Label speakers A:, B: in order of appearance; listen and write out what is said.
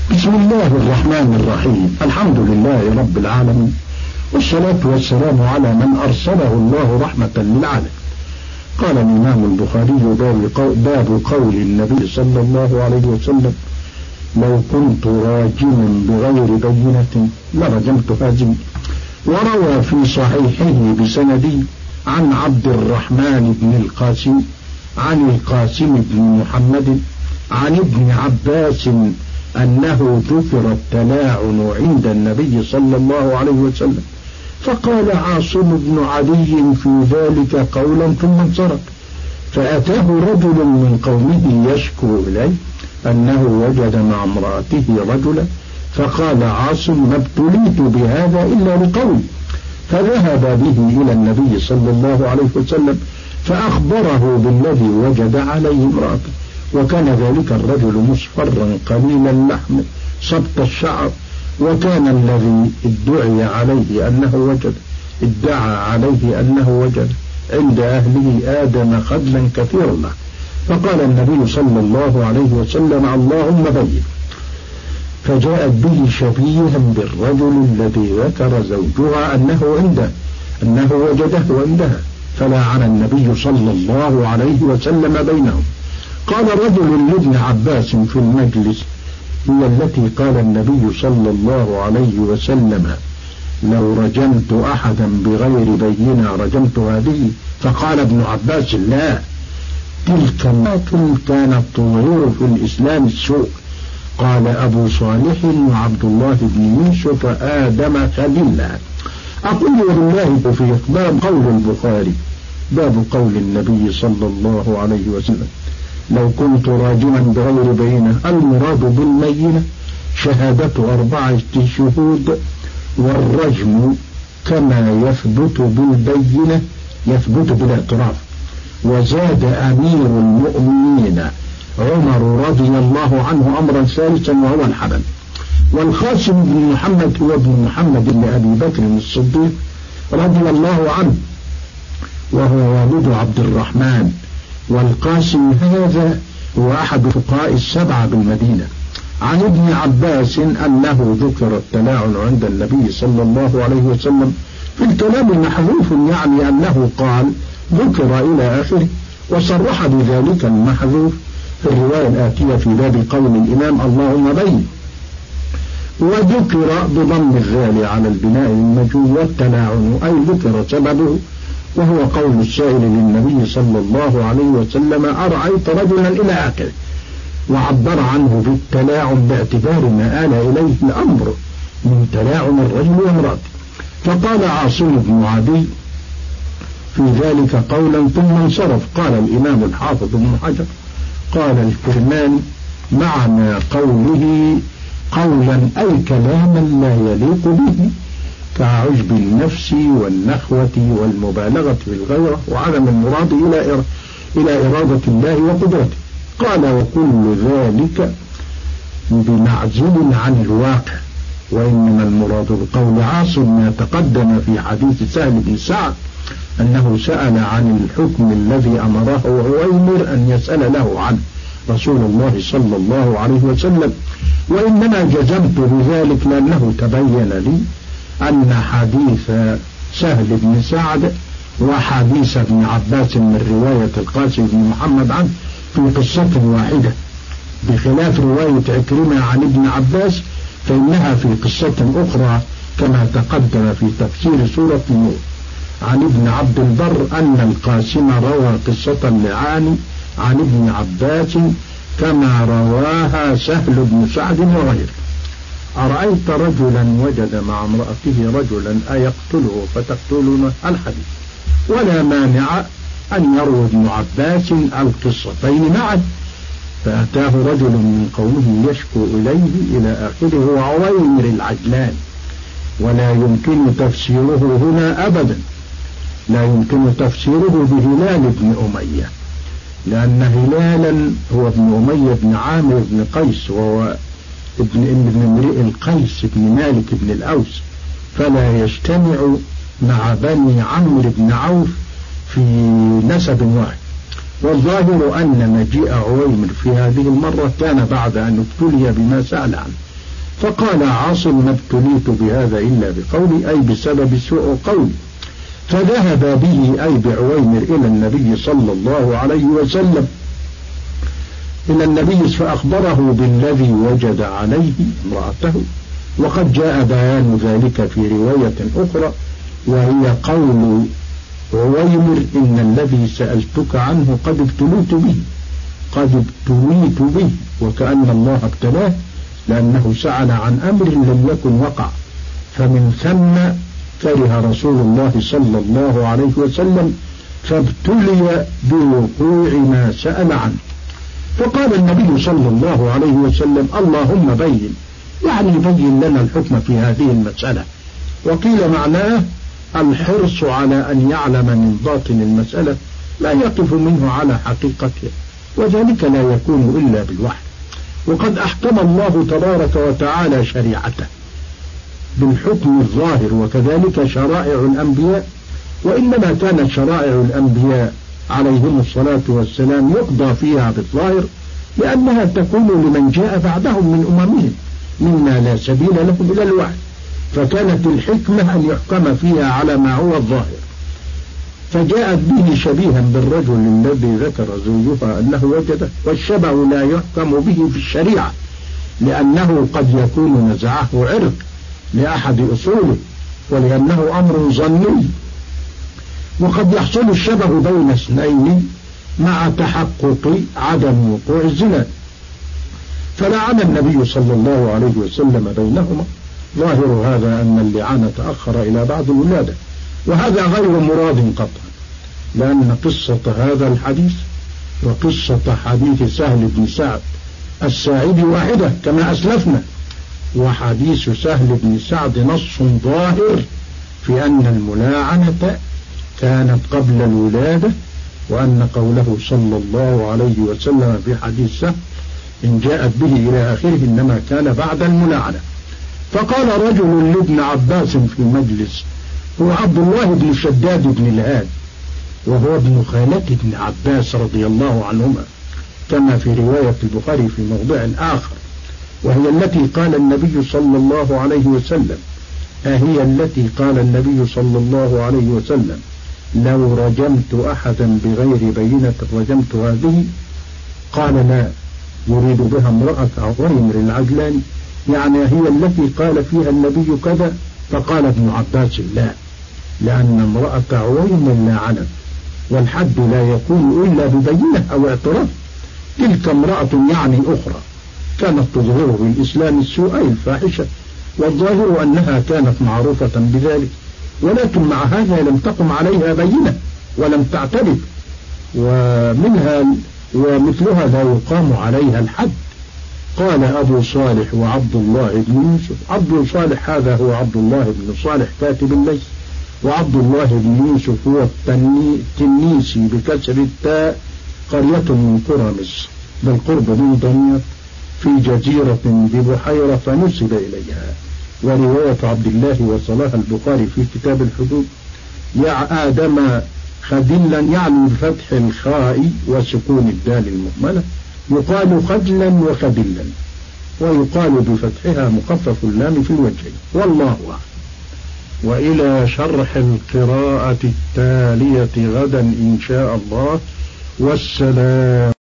A: بسم الله الرحمن الرحيم. الحمد لله رب العالمين، والصلاة والسلام على من أرسله الله رحمة للعالمين. قال الإمام البخاري: باب قول النبي صلى الله عليه وسلم: لو كنت راجما بغير بينة لرجمت هاجمي. وروى في صحيحه بسندي عن عبد الرحمن بن القاسم عن القاسم بن محمد عن ابن عباس أنه ذكر التلاعن عند النبي صلى الله عليه وسلم، فقال عاصم بن علي في ذلك قولا ثم انصرف، فأتاه رجل من قومه يشكو إليه أنه وجد مع امرأته رجلا، فقال عاصم: ما ابتليت بهذا إلا لقولي، فذهب به إلى النبي صلى الله عليه وسلم فأخبره بالذي وجد عليه امرأته، وكان ذلك الرجل مصفرا قليل اللحم صبت الشعر، وكان الذي ادعى عليه أنه وجد عند أهله آدم خدلا كثيرا له، فقال النبي صلى الله عليه وسلم: اللهم بين. فجاءت به شبيها بالرجل الذي ذكر زوجها أنه وجده عندها، فلاعن النبي صلى الله عليه وسلم بينهم. قال رجل لابن عباس في المجلس: هي التي قال النبي صلى الله عليه وسلم: لو رجمت أحدا بغير بينة رجمت هذه؟ فقال ابن عباس: لا، تلك امرأة كانت تظهر في الإسلام السوء. قال أبو صالح وعبد الله بن يوسف: آدم خليلا. أقول والله في إقدام قول البخاري: باب قول النبي صلى الله عليه وسلم: لو كنت راجما بغير بينة. المراد بالبينة شهادة 4 شهود، والرجم كما يثبت بالبينة يثبت بالاعتراف. وزاد أمير المؤمنين عمر رضي الله عنه أمرا ثالثا وهو الحبل. والقاسم بن محمد هو ابن محمد بن أبي بكر الصديق رضي الله عنه، وهو والد عبد الرحمن. والقاسم هذا هو أحد فقهاء 7 بالمدينة. عن ابن عباس أنه ذكر التلاعن عند النبي صلى الله عليه وسلم، في الكلام محذوف، يعني أنه قال ذكر إلى آخره، وصرح بذلك المحذوف في الرواية الآتية في باب قول الإمام: اللهم بين. وذكر بضم الذال على البناء المجهول، والتلاعن أي ذكر سببه، وهو قول السائل للنبي صلى الله عليه وسلم: أرأيت رجلا إلى آخره، وعبر عنه بالتلاعن باعتبار ما آل إليه الأمر من تلاعن الرجل وامرأته. فقال عاصم بن عدي في ذلك قولا ثم انصرف. قال الإمام الحافظ بن حجر: قال الكرماني: معنى قوله قولا أي كلاما لا يليق به، كعجب النفس والنخوة والمبالغة في الغيرة وعدم المراد إلى إرادة الله وقدرته. قال: وكل ذلك بمعزول عن الواقع، وإنما المراد بقول عاصم ما تقدم في حديث سهل بن سعد أنه سأل عن الحكم الذي أمره عويمر أن يسأل له عنه رسول الله صلى الله عليه وسلم. وإنما جزمت بذلك لأنه تبين لي أن حديث سهل بن سعد وحديث ابن عباس من رواية القاسم بن محمد عنه في قصة واحدة، بخلاف رواية عكرمة عن ابن عباس فإنها في قصة أخرى، كما تقدم في تفسير سورة النور. عن ابن عبد البر أن القاسم روى قصة اللعان عن ابن عباس كما رواها سهل بن سعد وغيره. أرأيت رجلا وجد مع امرأته رجلا أيقتله فتقتلون؟ الحديث. ولا مانع أن يروي ابن عباس القصتين معا. فأتاه رجل من قومه يشكو إليه إلى آخره، وعويمر العجلان. ولا يمكن تفسيره هنا أبدا، لا يمكن تفسيره بهلال بن أمية، لأن هلالا هو ابن أمية بن عامر بن قيس، وهو ابن امرئ القيس بن مالك بن الأوس، فلا يجتمع مع بني عمرو بن عوف في نسب واحد. والظاهر أن مجيء عويمر في هذه المرة كان بعد أن ابتلي بما سأل عنه، فقال عاصم: ما ابتليت بهذا إلا بقولي، أي بسبب سوء قولي. فذهب به أي بعويمر إلى النبي صلى الله عليه وسلم فأخبره بالذي وجد عليه امرأته. وقد جاء بيان ذلك في رواية أخرى، وهي قول عويمر: إن الذي سألتك عنه قد ابتليت به، وكأن الله ابتلاه لأنه سأل عن أمر لم يكن وقع، فمن ثم كره رسول الله صلى الله عليه وسلم فابتلي بوقوع ما سأل عنه. فقال النبي صلى الله عليه وسلم: اللهم بين، يعني بين لنا الحكم في هذه المسألة. وقيل معناه الحرص على أن يعلم من باطن المسألة لا يقف منه على حقيقتها، وذلك لا يكون إلا بالوحي. وقد أحكم الله تبارك وتعالى شريعته بالحكم الظاهر، وكذلك شرائع الأنبياء. وإنما كانت شرائع الأنبياء عليهم الصلاة والسلام يقضى فيها بالظاهر، لأنها تكون لمن جاء بعدهم من أممهم مما لا سبيل لهم إلى الوحي، فكانت الحكمة أن يحكم فيها على ما هو الظاهر. فجاءت به شبيها بالرجل الذي ذكر زوجها أنه وجده، والشبه لا يحكم به في الشريعة، لأنه قد يكون نزعه عرق لأحد أصوله، ولأنه أمر ظني. وقد يحصل الشبه بين اثنين مع تحقق عدم وقوع الزنا، فلعن النبي صلى الله عليه وسلم بينهما. ظاهر هذا أن اللعان تأخر إلى بعد الولادة، وهذا غير مراد قطعا، لأن قصة هذا الحديث وقصة حديث سهل بن سعد الساعدي واحدة كما أسلفنا، وحديث سهل بن سعد نص ظاهر في أن الملاعنة كانت قبل الولادة، وأن قوله صلى الله عليه وسلم في حديث سهل إن جاءت به إلى آخره إنما كان بعد الملاعنة. فقال رجل لابن عباس في مجلس، هو عبد الله بن شداد بن الهاد، وهو ابن خالة ابن عباس رضي الله عنهما، كما في رواية البخاري في موضع آخر، وهي التي قال النبي صلى الله عليه وسلم: أهي التي قال النبي صلى الله عليه وسلم: لو رجمت أحدا بغير بينة رجمت هذه؟ قال: لا، يريد بها امرأة عويمر العجلاني، يعني هي التي قال فيها النبي كذا؟ فقال ابن عباس: لا، لأن امرأة عويمر لعنت، والحد لا يكون إلا ببينة أو اعتراف. تلك امرأة يعني أخرى كانت تظهر بالإسلام السوء الفاحشة، والظاهر أنها كانت معروفة بذلك، ولكن مع هذا لم تقم عليها بينة ولم تعترف، ومثلها لا يقام عليها الحد. قال أبو صالح وعبد الله بن يوسف. عبد صالح هذا هو عبد الله بن صالح كاتب الليث، وعبد الله بن يوسف هو التنيسي بكسر التاء، قرية من قرى مصر بالقرب من دمياط في جزيرة ببحيرة فنسب إليها. ورواية عبد الله وصلها البخاري في كتاب الحدود: يا آدم خدلا، يعني بفتح الخاء وسكون الدال المهملة، يقال خدلا وخدلا، ويقال بفتحها مخفف اللام في الوجهين، والله أعلم. وإلى شرح القراءة التالية غدا إن شاء الله، والسلام.